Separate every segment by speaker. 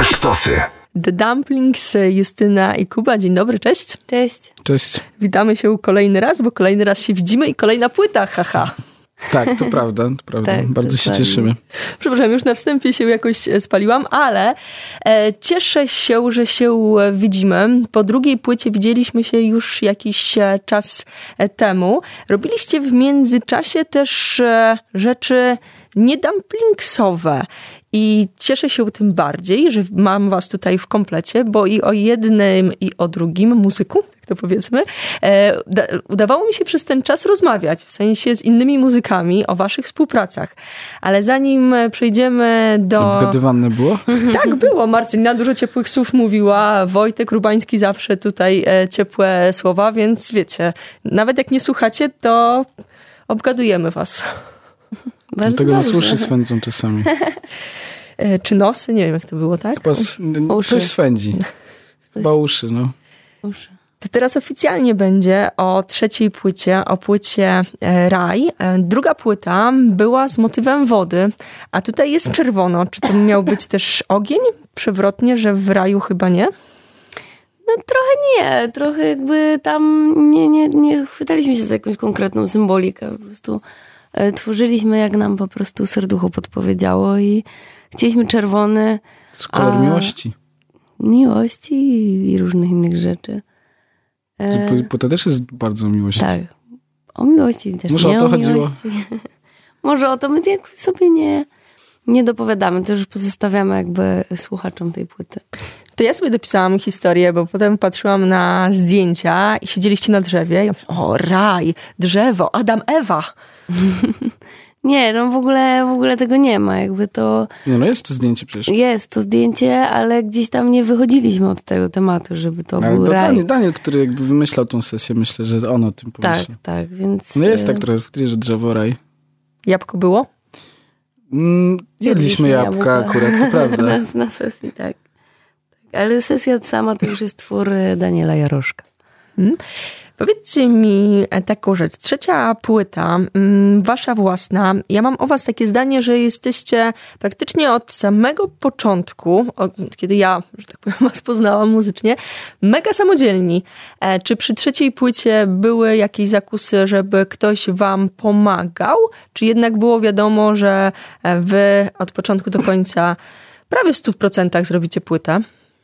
Speaker 1: Same sztosy.
Speaker 2: The Dumplings, Justyna i Kuba. Dzień dobry, cześć.
Speaker 3: Cześć.
Speaker 4: Cześć.
Speaker 2: Witamy się kolejny raz, bo kolejny raz się widzimy i kolejna płyta, haha.
Speaker 4: Tak, to prawda.
Speaker 3: Tak,
Speaker 4: bardzo się cieszymy.
Speaker 2: Przepraszam, już na wstępie się jakoś spaliłam, ale cieszę się, że się widzimy. Po drugiej płycie widzieliśmy się już jakiś czas temu. Robiliście w międzyczasie też rzeczy niedumplingsowe. I cieszę się tym bardziej, że mam was tutaj w komplecie, bo i o jednym, i o drugim muzyku, tak to powiedzmy, udawało mi się przez ten czas rozmawiać, w sensie z innymi muzykami o waszych współpracach. Ale zanim przejdziemy do...
Speaker 4: Obgadywane było?
Speaker 2: Tak, było. Marcelina dużo ciepłych słów mówiła, Wojtek Rubański zawsze tutaj ciepłe słowa, więc wiecie, nawet jak nie słuchacie, to obgadujemy was.
Speaker 3: Bardzo
Speaker 4: tego nas
Speaker 3: dobrze.
Speaker 4: uszy swędzą czasami.
Speaker 2: Czy nosy? Nie wiem, jak to było, tak?
Speaker 4: Chyba coś swędzi. Chyba uszy, no.
Speaker 3: Uszy.
Speaker 2: To teraz oficjalnie będzie o trzeciej płycie, o płycie Raj. Druga płyta była z motywem wody, a tutaj jest czerwono. Czy to miał być też ogień? Przewrotnie, że w raju chyba nie?
Speaker 3: No trochę nie. Trochę jakby tam nie chwytaliśmy się za jakąś konkretną symbolikę. Po prostu tworzyliśmy, jak nam po prostu serducho podpowiedziało i chcieliśmy czerwony.
Speaker 4: To jest kolor miłości.
Speaker 3: Miłości i różnych innych rzeczy.
Speaker 4: Płyta też jest bardzo o miłości.
Speaker 3: Tak. O miłości też.
Speaker 4: Może
Speaker 3: nie
Speaker 4: o to
Speaker 3: miłości.
Speaker 4: chodziło.
Speaker 3: Może o to my jak sobie nie dopowiadamy. To już pozostawiamy jakby słuchaczom tej płyty.
Speaker 2: To ja sobie dopisałam historię, bo potem patrzyłam na zdjęcia i siedzieliście na drzewie. Ja myślałam, o, raj, drzewo, Adam, Ewa.
Speaker 3: Nie, tam w ogóle tego nie ma. Jakby to...
Speaker 4: Nie, no jest to zdjęcie przecież.
Speaker 3: Jest to zdjęcie, ale gdzieś tam nie wychodziliśmy od tego tematu, żeby to
Speaker 4: Ale
Speaker 3: był
Speaker 4: to
Speaker 3: raj.
Speaker 4: Daniel, który jakby wymyślał tą sesję, myślę, że on o tym pomyślał.
Speaker 3: Tak, więc...
Speaker 4: No jest tak trochę, że drzewo, raj.
Speaker 2: Jabłko było?
Speaker 4: Jedliśmy jabłka akurat, to prawda.
Speaker 3: na sesji, tak. Ale sesja sama to już jest twór Daniela Jaroszka.
Speaker 2: Powiedzcie mi taką rzecz. Trzecia płyta, wasza własna. Ja mam o was takie zdanie, że jesteście praktycznie od samego początku, kiedy ja, że tak powiem, was poznałam muzycznie, mega samodzielni. Czy przy trzeciej płycie były jakieś zakusy, żeby ktoś wam pomagał? Czy jednak było wiadomo, że wy od początku do końca prawie w 100% zrobicie płytę?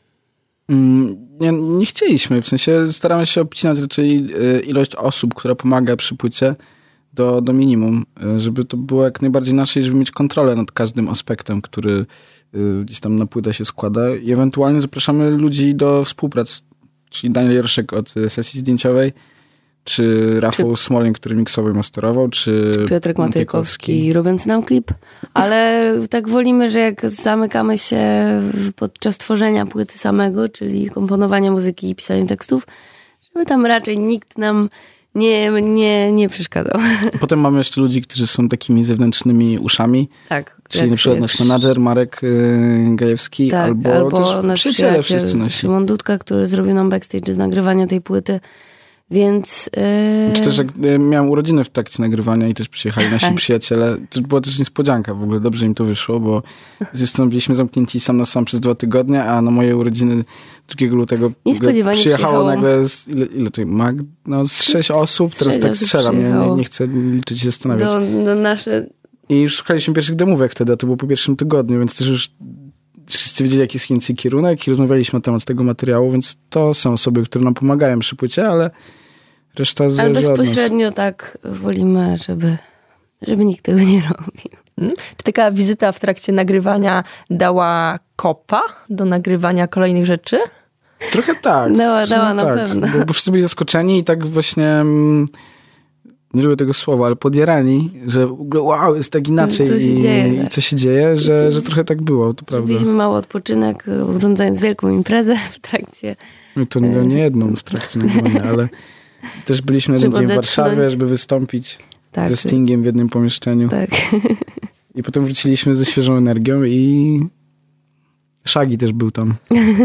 Speaker 4: Nie chcieliśmy, w sensie staramy się obcinać raczej ilość osób, która pomaga przy płycie do minimum, żeby to było jak najbardziej nasze i żeby mieć kontrolę nad każdym aspektem, który gdzieś tam na płytę się składa i ewentualnie zapraszamy ludzi do współprac, czyli Daniel Jaroszek od sesji zdjęciowej, czy Rafał Smolin, który miksował i masterował, czy
Speaker 3: Piotrek Matejkowski i robiąc nam klip. Ale tak wolimy, że jak zamykamy się podczas tworzenia płyty samego, czyli komponowania muzyki i pisania tekstów, żeby tam raczej nikt nam nie przeszkadzał.
Speaker 4: Potem mamy jeszcze ludzi, którzy są takimi zewnętrznymi uszami.
Speaker 3: Tak.
Speaker 4: Czyli na przykład nasz menadżer Marek Gajewski,
Speaker 3: tak,
Speaker 4: albo też
Speaker 3: nasz
Speaker 4: przyjaciele wszyscy nasi.
Speaker 3: Szymon Dudka, który zrobił nam backstage z nagrywania tej płyty. Więc...
Speaker 4: Czy też jak miałem urodziny w trakcie nagrywania i też przyjechali nasi przyjaciele. To była też niespodzianka w ogóle. Dobrze im to wyszło, bo z Justyną byliśmy zamknięci sam na sam przez 2 tygodnie, a na moje urodziny 2 lutego przyjechało nagle z 6 osób. Teraz tak strzelam, nie chcę liczyć i zastanawiać.
Speaker 3: Do nasze...
Speaker 4: I już słuchaliśmy pierwszych demówek wtedy, a to było po pierwszym tygodniu, więc też już wszyscy wiedzieli, jaki jest więcej kierunek i rozmawialiśmy na temat tego materiału, więc to są osoby, które nam pomagają przy płycie, ale reszta zależy od nas.
Speaker 3: Ale bezpośrednio tak wolimy, żeby nikt tego nie robił.
Speaker 2: Czy taka wizyta w trakcie nagrywania dała kopa do nagrywania kolejnych rzeczy?
Speaker 4: Trochę tak.
Speaker 3: Dała na pewno.
Speaker 4: Bo wszyscy byli zaskoczeni i tak właśnie... nie lubię tego słowa, ale podjarani, że wow, jest tak inaczej co się dzieje, że trochę tak było, to prawda.
Speaker 3: Mieliśmy mały odpoczynek, urządzając wielką imprezę w trakcie...
Speaker 4: No to nie jedną w trakcie nagrywania, ale też byliśmy jeden dzień w Warszawie, żeby wystąpić ze Stingiem w jednym pomieszczeniu.
Speaker 3: Tak.
Speaker 4: I potem wróciliśmy ze świeżą energią i Shaggy też był tam.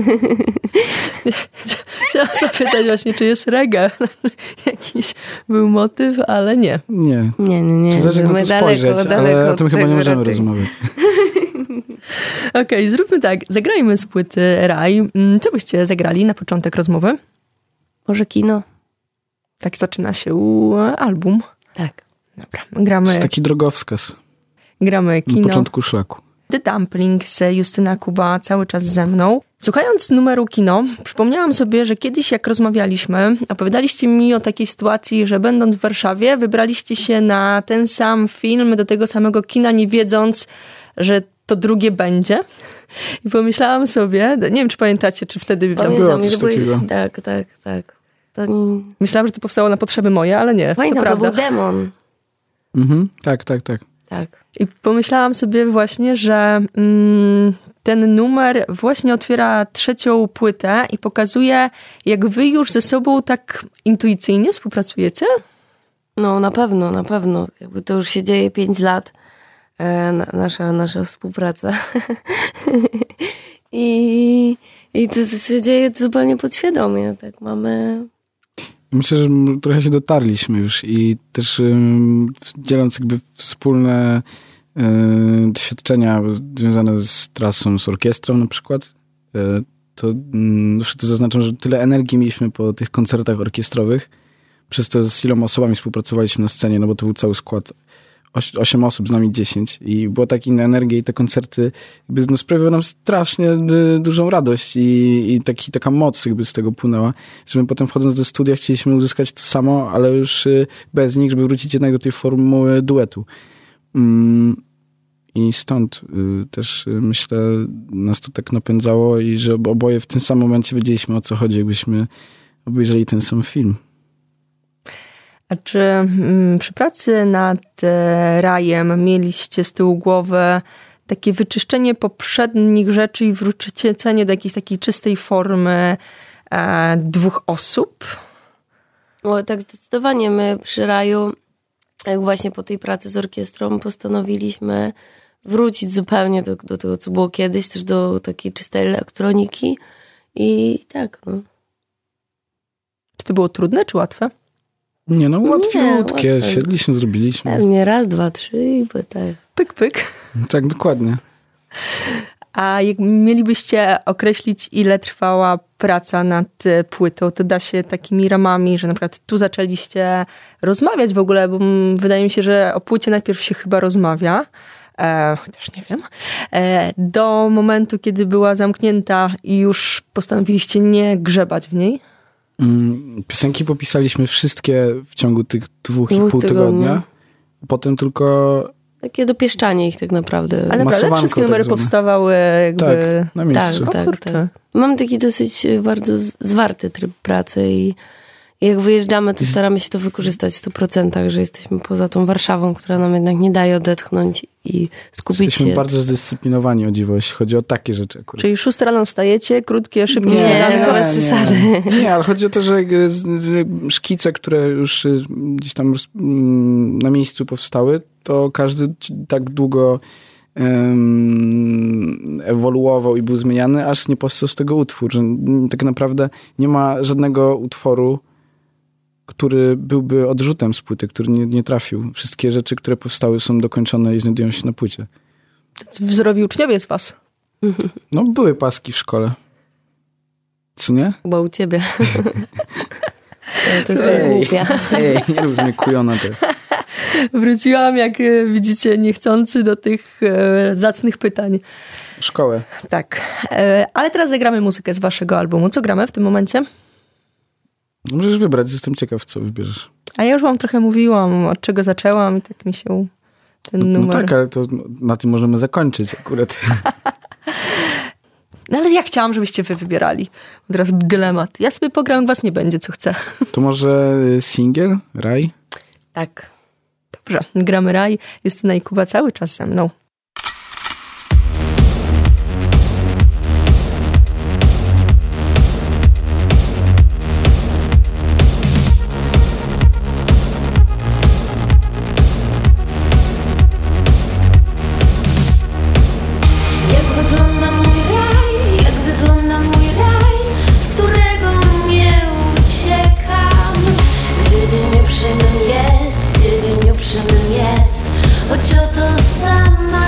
Speaker 2: Chciałam zapytać właśnie, czy jest reggae. Jakiś był motyw, ale nie.
Speaker 4: Nie.
Speaker 3: Nie.
Speaker 4: Czy zależy, jak na to spojrzeć, ale o tym chyba nie możemy rozmawiać.
Speaker 2: Okej, zróbmy tak. Zagrajmy z płyty Raj. Co byście zagrali na początek rozmowy?
Speaker 3: Może kino?
Speaker 2: Tak zaczyna się album.
Speaker 3: Tak.
Speaker 2: Dobra, gramy.
Speaker 4: To jest taki drogowskaz.
Speaker 2: Gramy kino.
Speaker 4: Na początku szlaku.
Speaker 2: The Dumplings, Justyna Kuba cały czas ze mną. Słuchając numeru kino, przypomniałam sobie, że kiedyś jak rozmawialiśmy, opowiadaliście mi o takiej sytuacji, że będąc w Warszawie, wybraliście się na ten sam film, do tego samego kina, nie wiedząc, że to drugie będzie. I pomyślałam sobie, nie wiem, czy pamiętacie, czy wtedy...
Speaker 3: Pamiętam,
Speaker 4: coś takiego.
Speaker 3: Tak. To nie...
Speaker 2: Myślałam, że to powstało na potrzeby moje, ale nie.
Speaker 3: Pamiętam,
Speaker 2: to
Speaker 3: to
Speaker 2: prawda.
Speaker 3: był demon.
Speaker 4: Tak.
Speaker 3: Tak.
Speaker 2: I pomyślałam sobie właśnie, że ten numer właśnie otwiera trzecią płytę i pokazuje, jak wy już ze sobą tak intuicyjnie współpracujecie.
Speaker 3: No, na pewno. Jakby to już się dzieje 5 lat. Nasza współpraca. I to się dzieje zupełnie podświadomie. Tak mamy...
Speaker 4: Myślę, że trochę się dotarliśmy już i też dzieląc jakby wspólne doświadczenia związane z trasą, z orkiestrą na przykład, to zaznaczam, że tyle energii mieliśmy po tych koncertach orkiestrowych, przez to z iloma osobami współpracowaliśmy na scenie, no bo to był cały skład, 8 osób, z nami 10 i było tak inna energia i te koncerty jakby, sprawiały nam strasznie dużą radość i taka moc jakby z tego płynęła, że my potem wchodząc do studia chcieliśmy uzyskać to samo, ale już bez nich, żeby wrócić jednak do tej formuły duetu. I stąd też myślę, nas to tak napędzało i że oboje w tym samym momencie wiedzieliśmy, o co chodzi, jakbyśmy obejrzeli ten sam film.
Speaker 2: A czy przy pracy nad Rajem mieliście z tyłu głowy takie wyczyszczenie poprzednich rzeczy i wrócenie do jakiejś takiej czystej formy 2 osób?
Speaker 3: No, tak zdecydowanie. My przy Raju, jak właśnie po tej pracy z orkiestrą, postanowiliśmy wrócić zupełnie do tego, co było kiedyś, też do takiej czystej elektroniki. I tak, no.
Speaker 2: Czy to było trudne, czy łatwe?
Speaker 4: Nie, no łatwiutkie.
Speaker 3: łatwe.
Speaker 4: Siedliśmy, zrobiliśmy.
Speaker 3: Pewnie 1, 2, 3 i tak.
Speaker 2: Pyk, pyk.
Speaker 4: Tak, dokładnie.
Speaker 2: A jak mielibyście określić, ile trwała praca nad płytą, to da się takimi ramami, że na przykład tu zaczęliście rozmawiać w ogóle, bo wydaje mi się, że o płycie najpierw się chyba rozmawia, chociaż nie wiem, do momentu, kiedy była zamknięta i już postanowiliście nie grzebać w niej?
Speaker 4: Piosenki popisaliśmy wszystkie w ciągu tych 2,5 tygodnia. Potem tylko...
Speaker 3: Takie dopieszczanie ich tak naprawdę.
Speaker 2: Ale naprawdę wszystkie numery powstawały jakby...
Speaker 4: Tak, na miejscu.
Speaker 3: Tak. Mam taki dosyć bardzo zwarty tryb pracy i jak wyjeżdżamy, to staramy się to wykorzystać w 100%, że jesteśmy poza tą Warszawą, która nam jednak nie daje odetchnąć i skupić
Speaker 4: jesteśmy
Speaker 3: się.
Speaker 4: bardzo zdyscyplinowani, o dziwo, jeśli chodzi o takie rzeczy akurat.
Speaker 2: Czyli 6 rano wstajecie, krótkie, szybkie
Speaker 3: śniadanko. Bez przesady.
Speaker 4: Nie, ale chodzi o to, że szkice, które już gdzieś tam na miejscu powstały, to każdy tak długo ewoluował i był zmieniany, aż nie powstał z tego utwór. Że tak naprawdę nie ma żadnego utworu, który byłby odrzutem z płyty, który nie trafił. Wszystkie rzeczy, które powstały, są dokończone i znajdują się na płycie.
Speaker 2: Wzorowi uczniowie z was.
Speaker 4: No, były paski w szkole. Co nie?
Speaker 3: Chyba u ciebie. To jest tak głupia.
Speaker 4: Nie rób z mnie kujona teraz.
Speaker 2: Wróciłam, jak widzicie, niechcący do tych zacnych pytań.
Speaker 4: Szkołę.
Speaker 2: Tak. Ale teraz zagramy muzykę z waszego albumu. Co gramy w tym momencie?
Speaker 4: Możesz wybrać, jestem ciekaw, co wybierzesz.
Speaker 2: A ja już wam trochę mówiłam, od czego zaczęłam i tak mi się ten numer...
Speaker 4: No tak, ale to na tym możemy zakończyć akurat.
Speaker 2: No ale ja chciałam, żebyście wy wybierali. Teraz dylemat. Ja sobie pogram, was nie będzie, co chcę.
Speaker 4: To może singiel? Raj?
Speaker 3: Tak.
Speaker 2: Dobrze, gramy Raj. Justyna i Kuba cały czas ze mną.
Speaker 1: Choć oto sama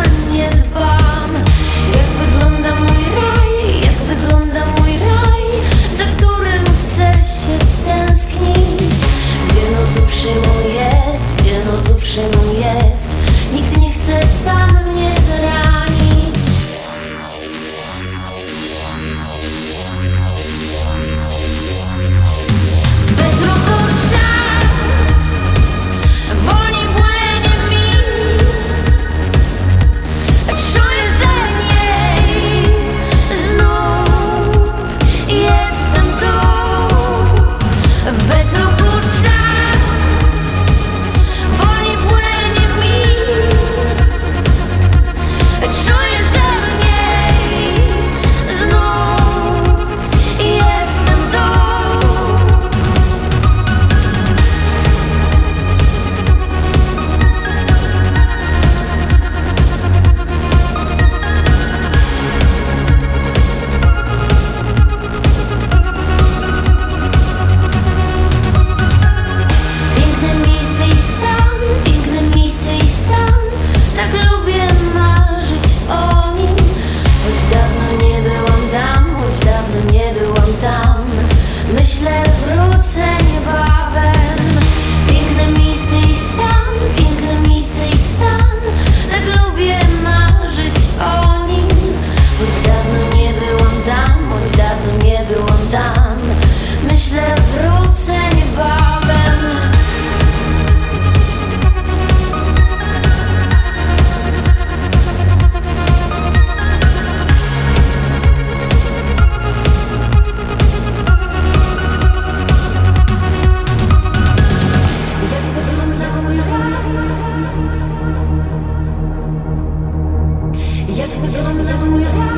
Speaker 1: wygląda mój raj.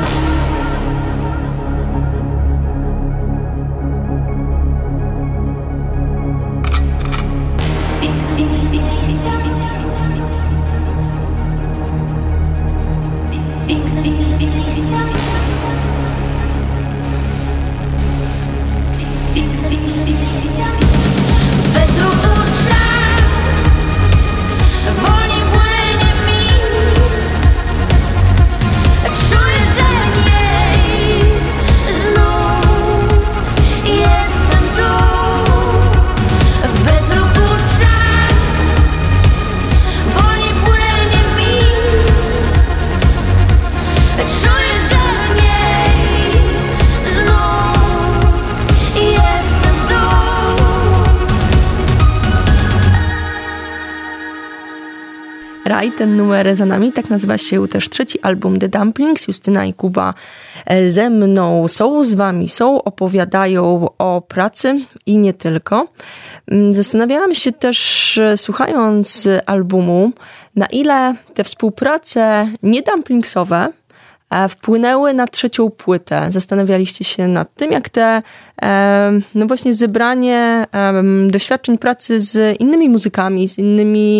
Speaker 2: Raj, ten numer za nami, tak nazywa się też trzeci album The Dumplings. Justyna i Kuba ze mną są, z wami są, opowiadają o pracy i nie tylko. Zastanawiałam się też, słuchając albumu, na ile te współprace niedumplingsowe wpłynęły na trzecią płytę. Zastanawialiście się nad tym, jak te no właśnie zebranie doświadczeń pracy z innymi muzykami, z innymi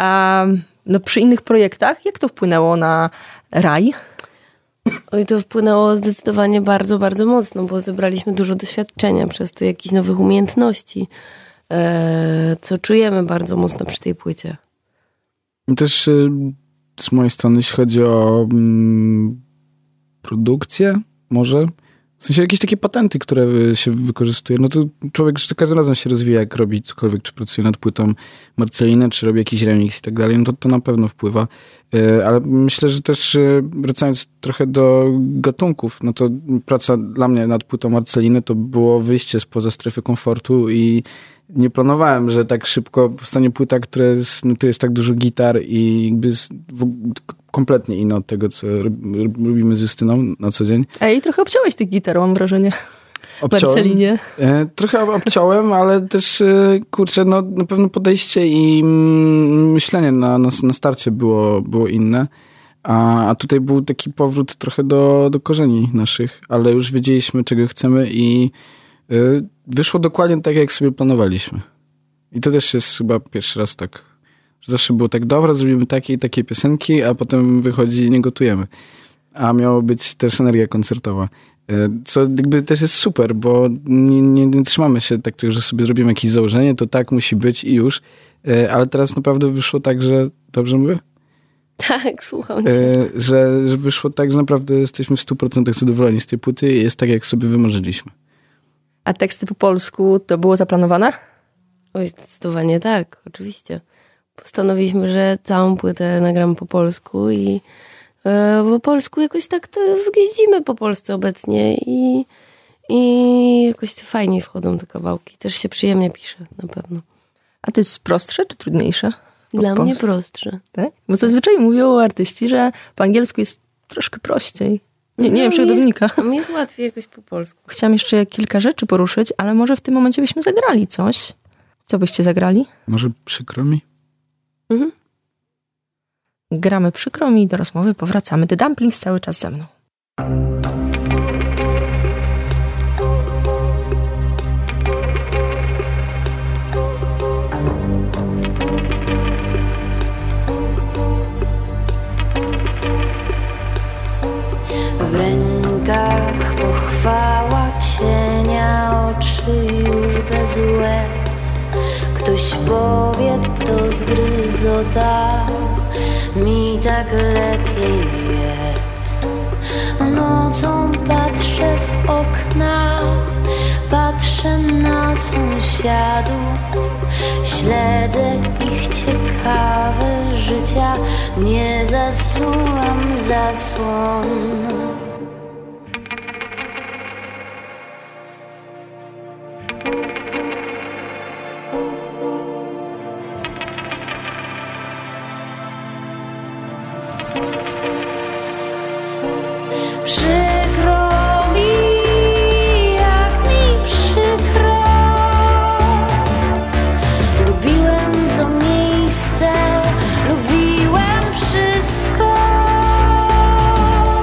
Speaker 2: no przy innych projektach, jak to wpłynęło na Raj?
Speaker 3: Oj, to wpłynęło zdecydowanie bardzo, bardzo mocno, bo zebraliśmy dużo doświadczenia, przez to jakichś nowych umiejętności, co czujemy bardzo mocno przy tej płycie.
Speaker 4: Też z mojej strony, jeśli chodzi o produkcję, może w sensie jakieś takie patenty, które się wykorzystuje, no to człowiek za każdym razem się rozwija, jak robi cokolwiek, czy pracuje nad płytą Marcelinę, czy robi jakiś remix i tak dalej, no to na pewno wpływa. Ale myślę, że też wracając trochę do gatunków, no to praca dla mnie nad płytą Marceliny to było wyjście spoza strefy komfortu i nie planowałem, że tak szybko powstanie płyta, która jest tak dużo gitar i jakby kompletnie inna od tego, co robimy z Justyną na co dzień.
Speaker 2: Ej, trochę obciąłeś tych gitar, mam wrażenie. Marcelinie.
Speaker 4: Trochę obciąłem, ale też, kurczę, no na pewno podejście i myślenie na starcie było inne. A tutaj był taki powrót trochę do korzeni naszych, ale już wiedzieliśmy, czego chcemy i wyszło dokładnie tak, jak sobie planowaliśmy. I to też jest chyba pierwszy raz tak, że zawsze było tak, dobra, zrobimy takie i takie piosenki, a potem wychodzi i nie gotujemy. A miało być też energia koncertowa. Co jakby też jest super, bo nie trzymamy się tak, że sobie zrobimy jakieś założenie, to tak musi być i już. Ale teraz naprawdę wyszło tak, że... Dobrze mówię?
Speaker 3: Tak, słucham cię.
Speaker 4: Że wyszło tak, że naprawdę jesteśmy w 100% zadowoleni z tej płyty i jest tak, jak sobie wymarzyliśmy.
Speaker 2: A teksty po polsku to było zaplanowane?
Speaker 3: Oj, zdecydowanie tak, oczywiście. Postanowiliśmy, że całą płytę nagram po polsku i po polsku jakoś tak to jeździmy po Polsce obecnie i jakoś fajnie wchodzą te kawałki. Też się przyjemnie pisze, na pewno.
Speaker 2: A to jest prostsze czy trudniejsze?
Speaker 3: Dla mnie prostsze.
Speaker 2: Tak? Bo zazwyczaj mówią artyści, że po angielsku jest troszkę prościej. Nie wiem, czy do wynika.
Speaker 3: Mi jest łatwiej jakoś po polsku.
Speaker 2: Chciałam jeszcze kilka rzeczy poruszyć, ale może w tym momencie byśmy zagrali coś. Co byście zagrali?
Speaker 4: Może Przykro mi?
Speaker 3: Mhm.
Speaker 2: Gramy Przykro mi, do rozmowy powracamy. The Dumplings cały czas ze mną.
Speaker 1: W rękach pochwała cienia, oczy już bez łez. Ktoś powie, to zgryzota, mi tak lepiej jest. Nocą patrzę w okna, patrzę na sąsiadów, śledzę ich ciekawe życia, nie zasuwam zasłon. Przykro mi, jak mi przykro. Lubiłem to miejsce, lubiłem wszystko.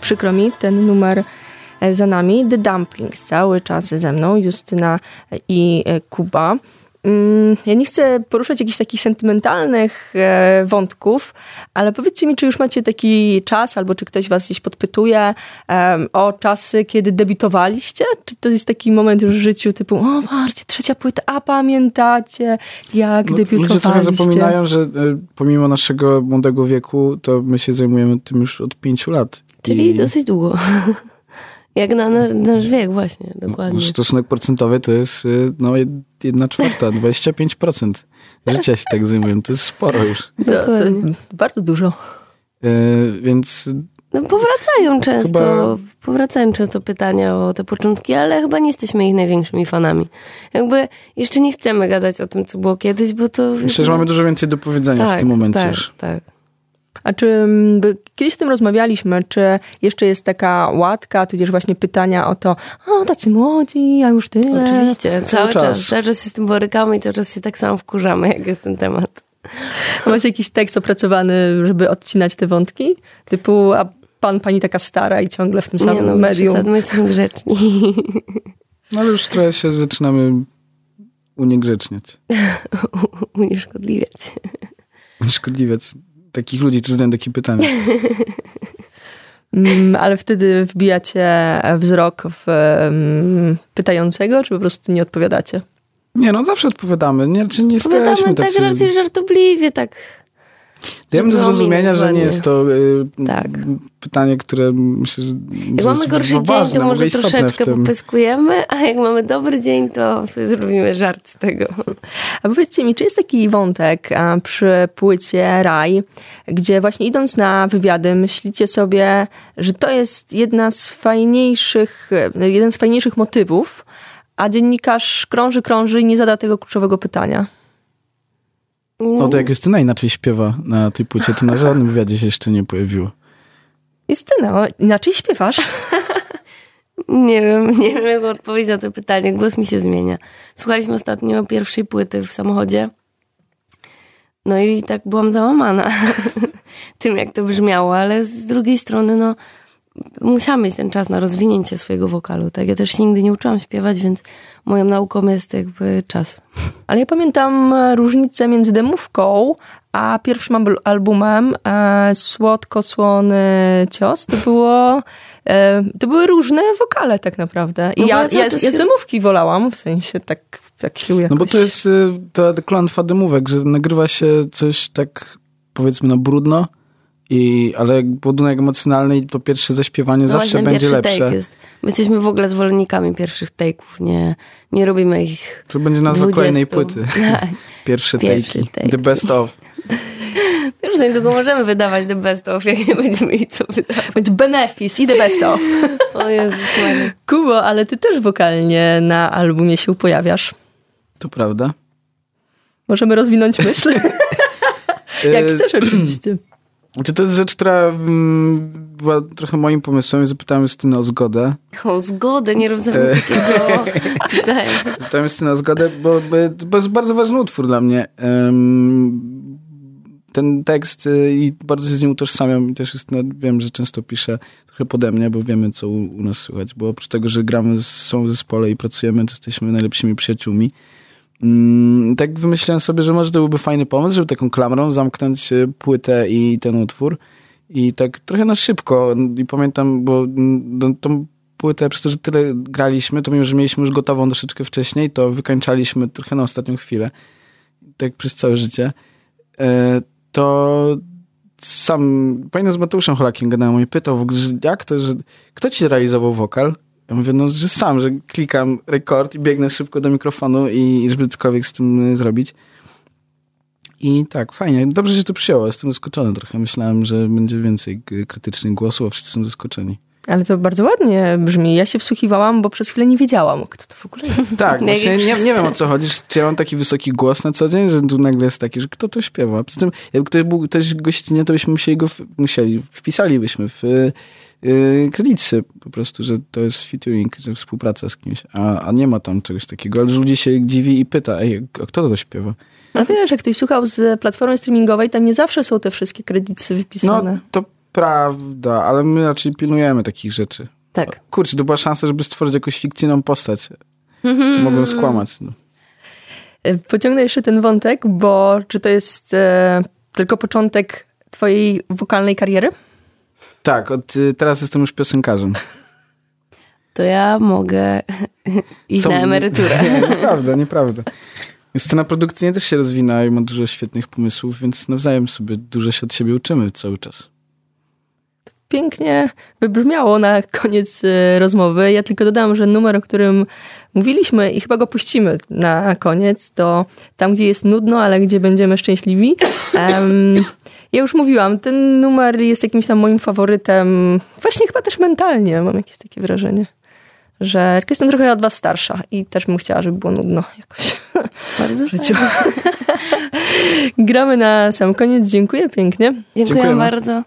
Speaker 2: Przykro mi, ten numer za nami. The Dumplings cały czas ze mną, Justyna i Kuba. Ja nie chcę poruszać jakichś takich sentymentalnych wątków, ale powiedzcie mi, czy już macie taki czas, albo czy ktoś was gdzieś podpytuje o czasy, kiedy debiutowaliście? Czy to jest taki moment już w życiu typu, o patrzcie, 3. płyta, a pamiętacie, jak debiutowaliście?
Speaker 4: Ludzie trochę zapominają, że pomimo naszego młodego wieku, to my się zajmujemy tym już od 5 lat.
Speaker 3: Czyli dosyć długo. Jak na nasz wiek właśnie, dokładnie.
Speaker 4: Stosunek procentowy to jest 1/4, 25% życia się tak zajmują. To jest sporo już.
Speaker 2: To bardzo dużo.
Speaker 4: Więc...
Speaker 3: No, powracają często pytania o te początki, ale chyba nie jesteśmy ich największymi fanami. Jakby jeszcze nie chcemy gadać o tym, co było kiedyś, bo to...
Speaker 4: Myślę, że mamy dużo więcej do powiedzenia w tym momencie już.
Speaker 3: Tak.
Speaker 2: A czy kiedyś o tym rozmawialiśmy, czy jeszcze jest taka łatka, tudzież właśnie pytania o to, tacy młodzi, a już tyle?
Speaker 3: Oczywiście, cały czas się z tym borykamy i cały czas się tak samo wkurzamy, jak jest ten temat.
Speaker 2: A macie jakiś tekst opracowany, żeby odcinać te wątki? Typu, a pani taka stara i ciągle w tym samym medium.
Speaker 3: My jesteśmy grzeczni.
Speaker 4: No ale już trochę się zaczynamy uniegrzeczniać.
Speaker 3: Unieszkodliwiać.
Speaker 4: Unieszkodliwiać takich ludzi, którzy zadają takie pytania.
Speaker 2: Ale wtedy wbijacie wzrok w pytającego, czy po prostu nie odpowiadacie?
Speaker 4: Nie, zawsze odpowiadamy. Nie jesteśmy
Speaker 3: tak raczej żartobliwie, tak.
Speaker 4: Dajemy do zrozumienia, że nie jest to pytanie, które myślę, że
Speaker 3: jak mamy gorszy dzień, to może troszeczkę popyskujemy, a jak mamy dobry dzień, to sobie zrobimy żart z tego.
Speaker 2: A powiedzcie mi, czy jest taki wątek przy płycie Raj, gdzie właśnie idąc na wywiady myślicie sobie, że to jest jeden z fajniejszych motywów, a dziennikarz krąży i nie zada tego kluczowego pytania?
Speaker 4: To jak Justyna inaczej śpiewa na tej płycie, to na żadnym wywiadzie się jeszcze nie pojawiło.
Speaker 2: Justyna, inaczej śpiewasz?
Speaker 3: Nie wiem jak odpowiedzieć na to pytanie. Głos mi się zmienia. Słuchaliśmy ostatnio pierwszej płyty w samochodzie. No i tak byłam załamana tym, jak to brzmiało, ale z drugiej strony, musiałam mieć ten czas na rozwinięcie swojego wokalu. Tak? Ja też się nigdy nie uczyłam śpiewać, więc moją nauką jest jakby czas.
Speaker 2: Ale ja pamiętam różnicę między demówką a pierwszym albumem Słodko-słony cios. To były różne wokale tak naprawdę. I ja z demówki wolałam, w sensie tak sił jakoś.
Speaker 4: No bo to jest ta klątwa demówek, że nagrywa się coś tak, powiedzmy, brudno, ale jak ładunek emocjonalny i to pierwsze zaśpiewanie zawsze będzie lepsze.
Speaker 3: Take jest. My jesteśmy w ogóle zwolennikami pierwszych take'ów, nie robimy ich.
Speaker 4: To będzie nazwa 20. kolejnej płyty. Pierwsze take'i. The best of.
Speaker 3: Już za niedługo możemy wydawać the best of, jak nie będziemy mieli co wydawać.
Speaker 2: Będzie benefis i the best of.
Speaker 3: O Jezus Maria.
Speaker 2: Kubo, ale ty też wokalnie na albumie się pojawiasz.
Speaker 4: To prawda.
Speaker 2: Możemy rozwinąć myśl? Jak chcesz oczywiście.
Speaker 4: To jest rzecz, która była trochę moim pomysłem i zapytałem Justynę o zgodę.
Speaker 3: O zgodę, nie rozumiem takiego pytania.
Speaker 4: Zapytałem Justynę o zgodę, bo jest bardzo ważny utwór dla mnie. Ten tekst i bardzo się z nim utożsamiam i też wiem, że często piszę trochę pode mnie, bo wiemy, co u nas słychać, bo oprócz tego, że gramy w zespole i pracujemy, to jesteśmy najlepszymi przyjaciółmi. Tak wymyślałem sobie, że może to byłby fajny pomysł, żeby taką klamrą zamknąć płytę i ten utwór. I tak trochę na szybko. I pamiętam, bo tą płytę, przez to, że tyle graliśmy, to mimo, że mieliśmy już gotową troszeczkę wcześniej, to wykańczaliśmy trochę na ostatnią chwilę. Tak przez całe życie. To sam, pamiętam z Mateuszem Holakiem gadałem i pytał w ogóle, że jak to, że kto ci realizował wokal? Ja mówię, że sam, że klikam rekord i biegnę szybko do mikrofonu i żeby cokolwiek z tym zrobić. I tak, fajnie. Dobrze się to przyjęło. Jestem zaskoczony trochę. Myślałem, że będzie więcej krytycznych głosów, a wszyscy są zaskoczeni.
Speaker 2: Ale to bardzo ładnie brzmi. Ja się wsłuchiwałam, bo przez chwilę nie wiedziałam, kto to w ogóle jest.
Speaker 4: Tak, właśnie nie wiem, o co chodzi. Czy ja mam taki wysoki głos na co dzień, że tu nagle jest taki, że kto to śpiewa. Poza tym, jakby ktoś gościnie, to byśmy wpisalibyśmy w kredyty po prostu, że to jest featuring, że współpraca z kimś, a nie ma tam czegoś takiego. Ale ludzi się dziwi i pyta, a kto to śpiewa?
Speaker 2: Ale wiesz, jak ktoś słuchał z platformy streamingowej, tam nie zawsze są te wszystkie kredyty wypisane.
Speaker 4: No, to prawda, ale my raczej pilnujemy takich rzeczy.
Speaker 3: Tak.
Speaker 4: Kurczę, to była szansa, żeby stworzyć jakąś fikcyjną postać. Mogłem skłamać. No.
Speaker 2: Pociągnę jeszcze ten wątek, bo czy to jest tylko początek twojej wokalnej kariery?
Speaker 4: Tak, teraz jestem już piosenkarzem.
Speaker 3: To ja mogę iść na emeryturę.
Speaker 4: Nie, nieprawda. Scena produkcyjna też się rozwina i ma dużo świetnych pomysłów, więc nawzajem sobie dużo się od siebie uczymy cały czas.
Speaker 2: Pięknie wybrzmiało na koniec rozmowy. Ja tylko dodam, że numer, o którym mówiliśmy i chyba go puścimy na koniec, to Tam, gdzie jest nudno, ale gdzie będziemy szczęśliwi. Ja już mówiłam, ten numer jest jakimś tam moim faworytem. Właśnie chyba też mentalnie mam jakieś takie wrażenie, że jestem trochę od was starsza i też bym chciała, żeby było nudno jakoś.
Speaker 3: Bardzo
Speaker 2: w życiu. Gramy na sam koniec. Dziękuję pięknie.
Speaker 3: Dziękuję bardzo.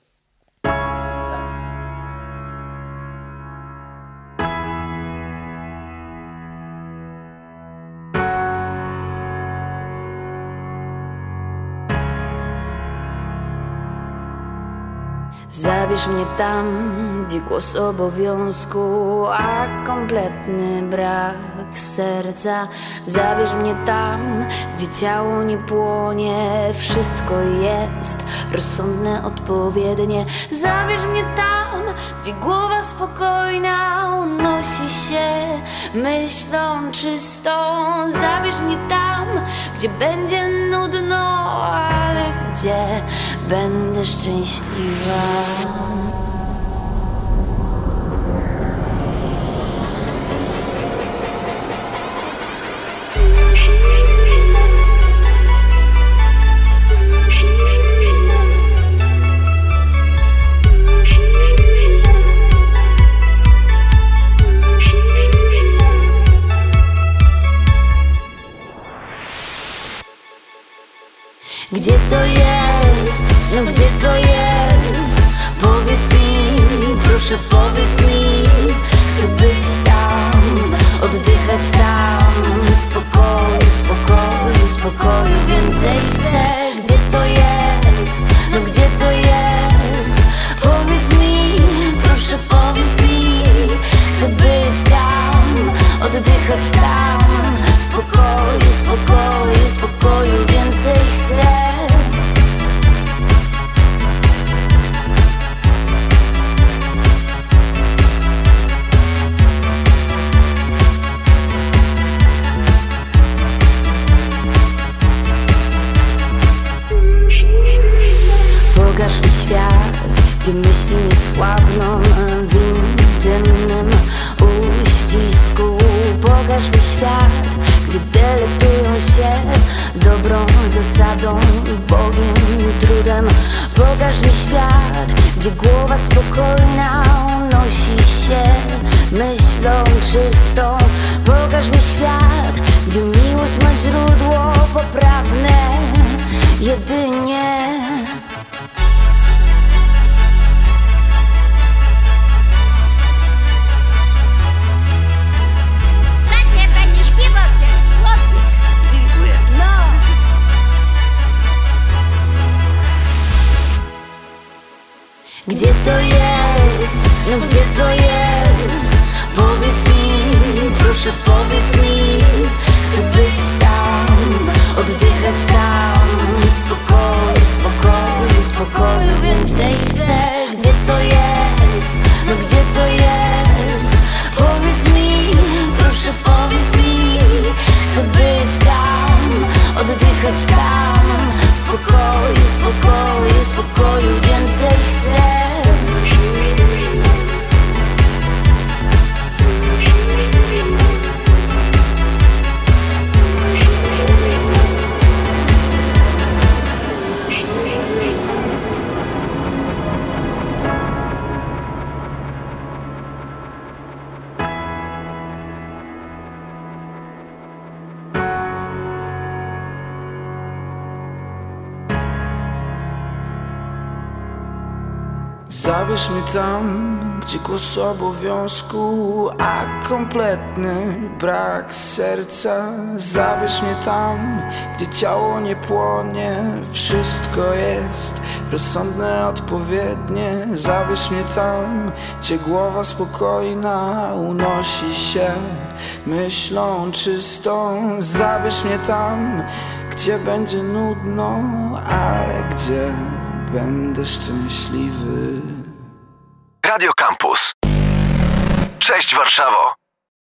Speaker 1: Zabierz mnie tam, gdzie głos obowiązku, a kompletny brak serca. Zabierz mnie tam, gdzie ciało nie płonie, wszystko jest rozsądne, odpowiednie. Zabierz mnie tam, gdzie głowa spokojna unosi się myślą czystą. Zabierz mnie tam, gdzie będzie nudno, ale gdzie będę szczęśliwa. Gdzie to jest? No gdzie to jest? Powiedz mi, proszę powiedz mi. Chcę być tam, oddychać tam. Spokoju, spokoju, spokoju. Więcej chcę. Gdzie to jest? No gdzie to jest? Powiedz mi, proszę powiedz mi. Chcę być tam, oddychać tam. Spokoju, spokoju, spokoju. Więcej chcę. Pokaż mi świat, gdzie myśli nie słabną w intymnym uścisku. Pokaż mi świat, gdzie delektują się dobrą zasadą i Bogiem i trudem. Pokaż mi świat, gdzie głowa spokojna unosi się myślą czystą. Pokaż mi świat, gdzie miłość ma źródło poprawne jedynie. Gdzie to jest? No gdzie to jest? Powiedz mi, proszę powiedz mi. Chcę być tam, oddychać tam. Spokoju, spokoju, spokoju. Więcej chcę. Gdzie to jest? No gdzie to jest? Powiedz mi, proszę powiedz mi. Chcę być tam, oddychać tam. Spokoju, spokoju, spokoju. Więcej chcę.
Speaker 5: Zabierz mnie tam, gdzie głos obowiązku, a kompletny brak serca. Zabierz mnie tam, gdzie ciało nie płonie, wszystko jest rozsądne, odpowiednie. Zabierz mnie tam, gdzie głowa spokojna unosi się myślą czystą. Zabierz mnie tam, gdzie będzie nudno, ale gdzie będę szczęśliwy.
Speaker 6: Radio Campus. Cześć Warszawo!